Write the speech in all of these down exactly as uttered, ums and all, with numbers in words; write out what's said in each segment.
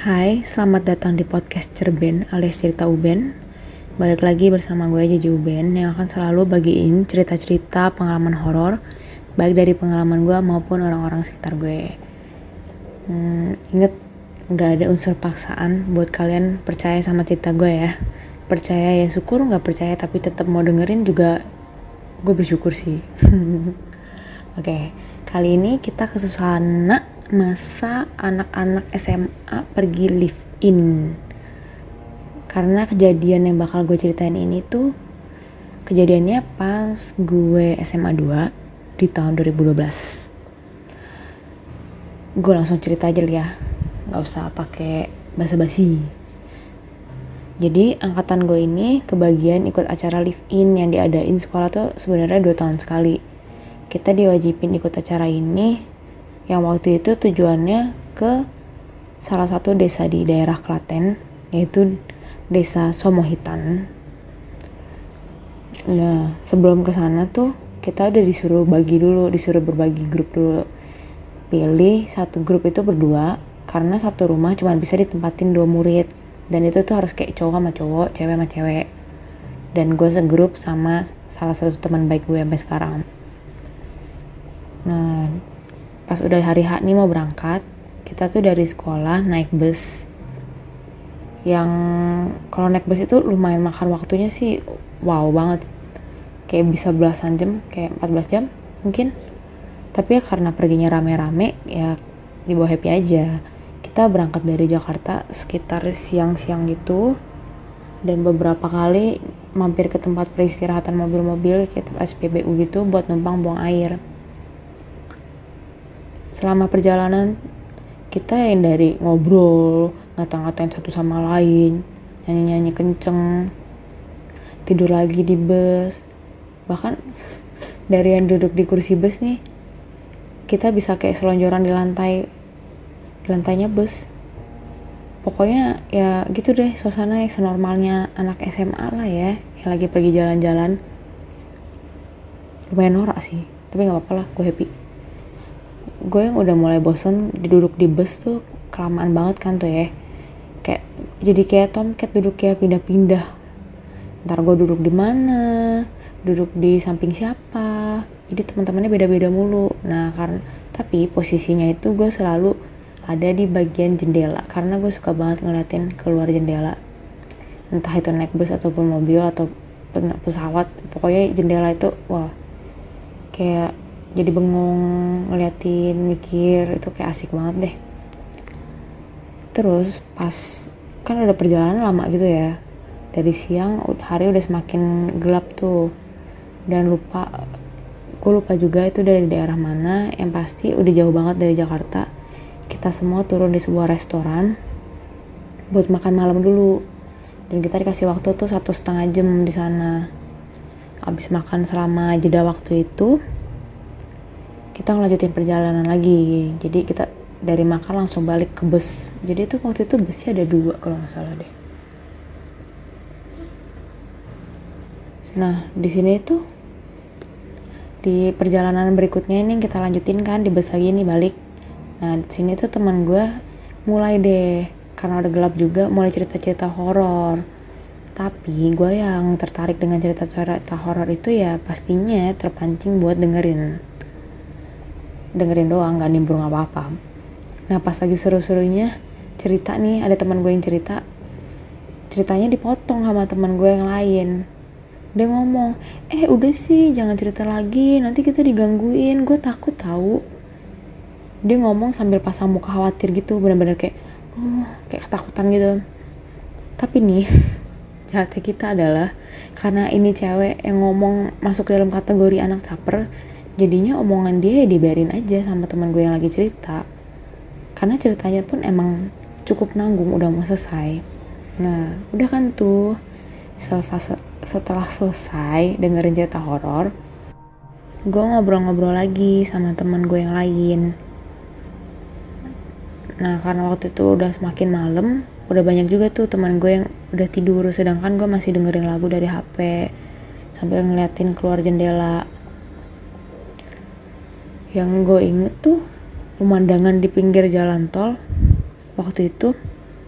Hai, selamat datang di podcast Cerben alias Cerita Uben. Balik lagi bersama gue Jeji Uben yang akan selalu bagiin cerita-cerita pengalaman horor, baik dari pengalaman gue maupun orang-orang sekitar gue. Hmm, inget, gak ada unsur paksaan buat kalian percaya sama cerita gue ya. Percaya ya syukur, gak percaya tapi tetap mau dengerin juga gue bersyukur sih. Oke, kali ini kita ke suasana masa anak-anak S M A pergi live in. Karena kejadian yang bakal gue ceritain ini tuh kejadiannya pas gue S M A dua di tahun dua ribu dua belas. Gue langsung cerita aja ya, gak usah pakai basa-basi. Jadi angkatan gue ini kebagian ikut acara live in yang diadain sekolah tuh sebenarnya dua tahun sekali. Kita diwajibin ikut acara ini yang waktu itu tujuannya ke salah satu desa di daerah Klaten, yaitu desa Somohitan. Nah, sebelum ke sana tuh kita udah disuruh bagi dulu, disuruh berbagi grup dulu. Pilih satu grup itu berdua, karena satu rumah cuma bisa ditempatin dua murid. Dan itu tuh harus kayak cowok sama cowok, cewek sama cewek. Dan gue segrup sama salah satu teman baik gue sampai sekarang. Nah, pas udah hari H nih mau berangkat, kita tuh dari sekolah naik bus. Yang kalau naik bus itu lumayan makan waktunya sih, wow banget. Kayak bisa belasan jam, kayak empat belas jam mungkin. Tapi ya karena perginya rame-rame, ya dibawa happy aja. Kita berangkat dari Jakarta sekitar siang-siang gitu. Dan beberapa kali mampir ke tempat peristirahatan mobil-mobil kayak S P B U gitu buat numpang buang air. Selama perjalanan kita yang dari ngobrol, ngata-ngatain satu sama lain, nyanyi-nyanyi kenceng, tidur lagi di bus. Bahkan dari yang duduk di kursi bus nih, kita bisa kayak selonjoran di lantai, di lantainya bus. Pokoknya ya gitu deh suasana yang senormalnya anak S M A lah ya, yang lagi pergi jalan-jalan. Lumayan norak sih, tapi gak apa-apa lah, gue happy. Gue yang udah mulai bosen duduk di bus tuh kelamaan banget kan tuh ya, kayak jadi kayak tomcat duduk kayak pindah-pindah, ntar gue duduk di mana, duduk di samping siapa, jadi teman-temannya beda-beda mulu. Nah karena tapi posisinya itu gue selalu ada di bagian jendela karena gue suka banget ngeliatin keluar jendela, entah itu naik bus ataupun mobil atau pesawat. Pokoknya jendela itu wah kayak jadi bengong ngeliatin, mikir, itu kayak asik banget deh. Terus pas kan udah perjalanan lama gitu ya, dari siang hari udah semakin gelap tuh, dan lupa gue lupa juga itu dari daerah mana. Yang pasti udah jauh banget dari Jakarta. Kita semua turun di sebuah restoran buat makan malam dulu, dan kita dikasih waktu tuh satu setengah jam di sana. Abis makan selama jeda waktu itu kita ngelanjutin perjalanan lagi. Jadi kita dari makan langsung balik ke bus. Jadi tuh waktu itu busnya ada dua kalau nggak salah deh. Nah di sini tuh di perjalanan berikutnya ini kita lanjutin kan di bus lagi nih balik. Nah di sini tuh teman gue mulai deh, karena udah gelap juga, mulai cerita-cerita horor. Tapi gue yang tertarik dengan cerita-cerita horor itu ya pastinya terpancing buat dengerin. dengerin doang, gak nimbrung apa-apa. Nah pas lagi seru-serunya cerita nih, ada teman gue yang cerita, ceritanya dipotong sama teman gue yang lain. Dia ngomong, eh udah sih jangan cerita lagi, nanti kita digangguin, gue takut tahu. Dia ngomong sambil pasang muka khawatir gitu, benar-benar kayak oh, kayak ketakutan gitu. Tapi nih jahatnya kita adalah karena ini cewek yang ngomong masuk ke dalam kategori anak caper, jadinya omongan dia ya dibiarin aja sama teman gue yang lagi cerita. Karena ceritanya pun emang cukup nanggung, udah mau selesai. Nah udah kan tuh selesai, setelah selesai dengerin cerita horor, gue ngobrol-ngobrol lagi sama teman gue yang lain. Nah karena waktu itu udah semakin malam, udah banyak juga tuh teman gue yang udah tidur, sedangkan gue masih dengerin lagu dari H P sambil ngeliatin keluar jendela. Yang gue inget tuh pemandangan di pinggir jalan tol waktu itu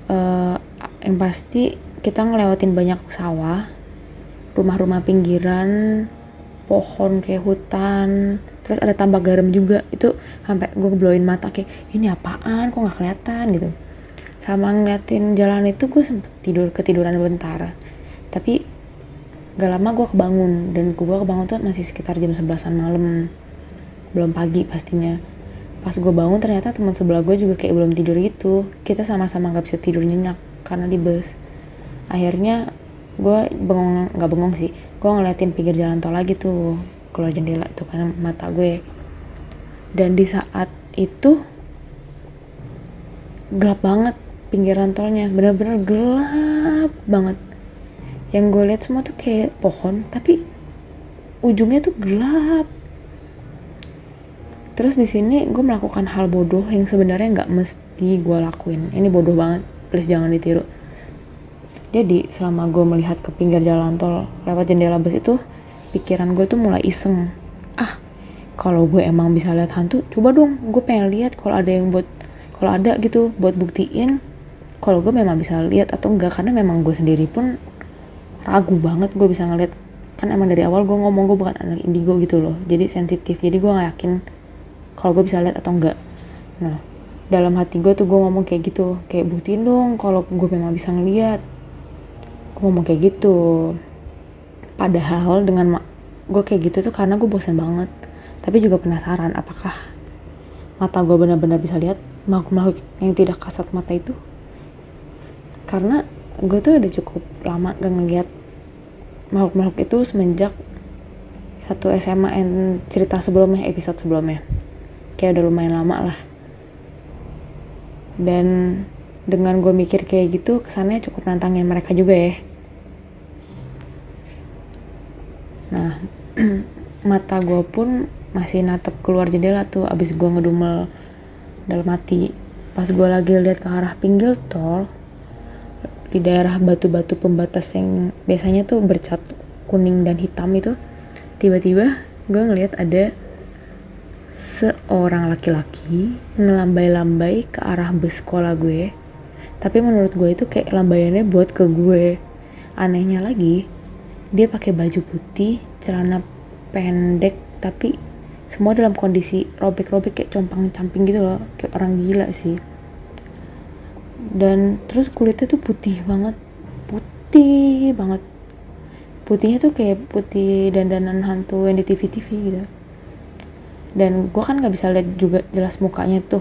uh, yang pasti kita ngelewatin banyak sawah, rumah-rumah pinggiran, pohon kayak hutan, terus ada tambak garam juga. Itu sampai gue blow-in mata kayak ini apaan, kok nggak kelihatan gitu. Sama ngeliatin jalan itu gue sempet tidur ketiduran bentar, tapi gak lama gue kebangun. Dan gue kebangun tuh masih sekitar jam sebelasan malam, belum pagi pastinya. Pas gue bangun ternyata teman sebelah gue juga kayak belum tidur gitu. Kita sama-sama nggak bisa tidur nyenyak karena di bus. Akhirnya gue bengong, nggak bengong sih, gue ngeliatin pinggir jalan tol lagi tuh, keluar jendela itu karena mata gue. Dan di saat itu gelap banget pinggiran tolnya, bener-bener gelap banget. Yang gue lihat semua tuh kayak pohon, tapi ujungnya tuh gelap. Terus di sini gue melakukan hal bodoh yang sebenarnya nggak mesti gue lakuin. Ini bodoh banget, please jangan ditiru. Jadi selama gue melihat ke pinggir jalan tol lewat jendela bus itu, pikiran gue tuh mulai iseng. Ah, kalau gue emang bisa lihat hantu, coba dong gue pengen lihat kalau ada yang buat, kalau ada gitu buat buktiin kalau gue memang bisa lihat atau enggak. Karena memang gue sendiri pun ragu banget gue bisa ngeliat. Kan emang dari awal gue ngomong gue bukan anak indigo gitu loh, jadi sensitif. Jadi gue gak yakin kalau gue bisa lihat atau enggak. Nah, dalam hati gue tuh gue ngomong kayak gitu, kayak buktiin dong kalau gue memang bisa ngeliat. Gue ngomong kayak gitu. Padahal dengan ma- gue kayak gitu tuh karena gue bosan banget, tapi juga penasaran apakah mata gue benar-benar bisa lihat makhluk-makhluk yang tidak kasat mata itu. Karena gue tuh udah cukup lama gak ngeliat makhluk-makhluk itu semenjak satu S M A yang cerita sebelumnya, episode sebelumnya. Kayak udah lumayan lama lah. Dan dengan gue mikir kayak gitu, kesannya cukup nantangin mereka juga ya. Nah, mata gue pun masih natap keluar jendela tuh abis gue ngedumel dalam hati. Pas gue lagi lihat ke arah pinggir tol, di daerah batu-batu pembatas yang biasanya tuh bercat kuning dan hitam itu, tiba-tiba gue ngelihat ada seorang laki-laki ngelambai-lambai ke arah bus sekolah gue. Tapi menurut gue itu kayak lambaiannya buat ke gue. Anehnya lagi, dia pakai baju putih, celana pendek, tapi semua dalam kondisi robek-robek kayak compang-camping gitu loh, kayak orang gila sih. Dan terus kulitnya tuh putih banget, putih banget. Putihnya tuh kayak putih dandanan hantu yang di T V-T V gitu. Dan gue kan nggak bisa lihat juga jelas mukanya tuh,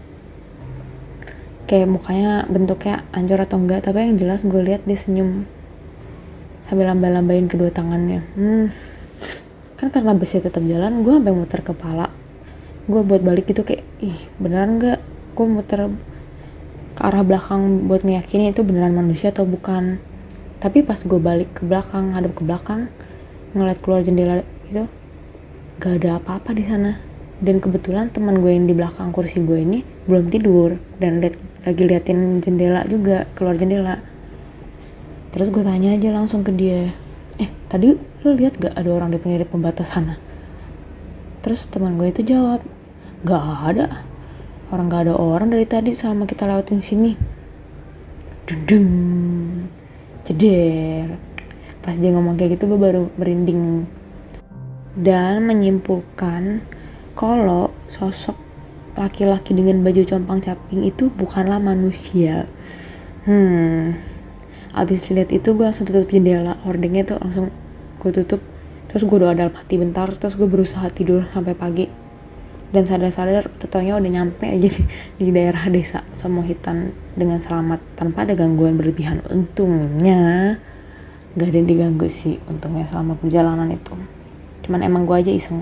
kayak mukanya bentuknya hancur atau enggak. Tapi yang jelas gue lihat dia senyum sambil lambai-lambain kedua tangannya. Hmm, kan karena busnya tetap jalan, gue sampai muter kepala. Gue buat balik gitu kayak, ih beneran nggak? Gue muter ke arah belakang buat ngeyakinin itu beneran manusia atau bukan. Tapi pas gue balik ke belakang, hadap ke belakang, ngeliat keluar jendela gitu, gak ada apa-apa di sana. Dan kebetulan teman gue yang di belakang kursi gue ini belum tidur dan liat, lagi liatin jendela juga, keluar jendela. Terus gue tanya aja langsung ke dia, eh tadi lo lihat gak ada orang di pinggir pembatas sana? Terus teman gue itu jawab, gak ada, orang gak ada orang dari tadi sama kita lewatin sini. Dendeng, jeder. Pas dia ngomong kayak gitu gue baru merinding dan menyimpulkan kalau sosok laki-laki dengan baju compang-camping itu bukanlah manusia. Hmm, abis lihat itu gue langsung tutup jendela, hordingnya tuh langsung gue tutup. Terus gue doa dalam hati bentar, terus gue berusaha tidur sampai pagi. Dan sadar-sadar tetangnya udah nyampe aja di, di daerah desa Somohitan dengan selamat tanpa ada gangguan berlebihan. Untungnya gak ada yang diganggu sih, untungnya selama perjalanan itu. Cuman emang gue aja iseng.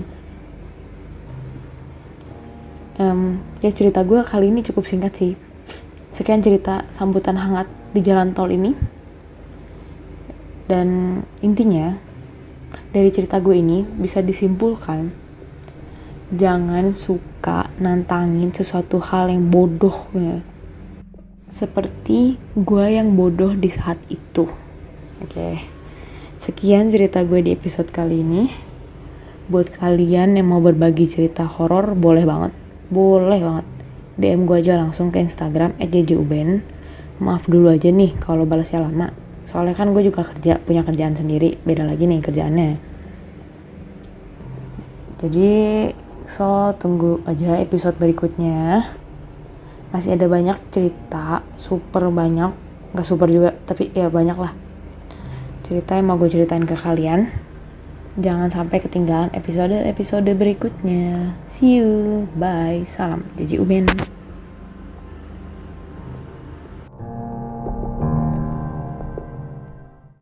Um, ya cerita gue kali ini cukup singkat sih. Sekian cerita sambutan hangat di jalan tol ini. Dan intinya dari cerita gue ini bisa disimpulkan, jangan suka nantangin sesuatu hal yang bodoh ya. Seperti gue yang bodoh di saat itu. Oke, sekian cerita gue di episode kali ini. Buat kalian yang mau berbagi cerita horor, boleh banget, boleh banget D M gue aja langsung ke Instagram et jejuben. maaf dulu aja nih kalau balasnya lama. Soalnya kan gue juga kerja, punya kerjaan sendiri, beda lagi nih kerjaannya. Jadi so tunggu aja episode berikutnya. Masih ada banyak cerita, super banyak, gak super juga, tapi ya banyak lah cerita yang mau gue ceritain ke kalian. Jangan sampai ketinggalan episode-episode berikutnya. See you, bye, salam Jeji Uben.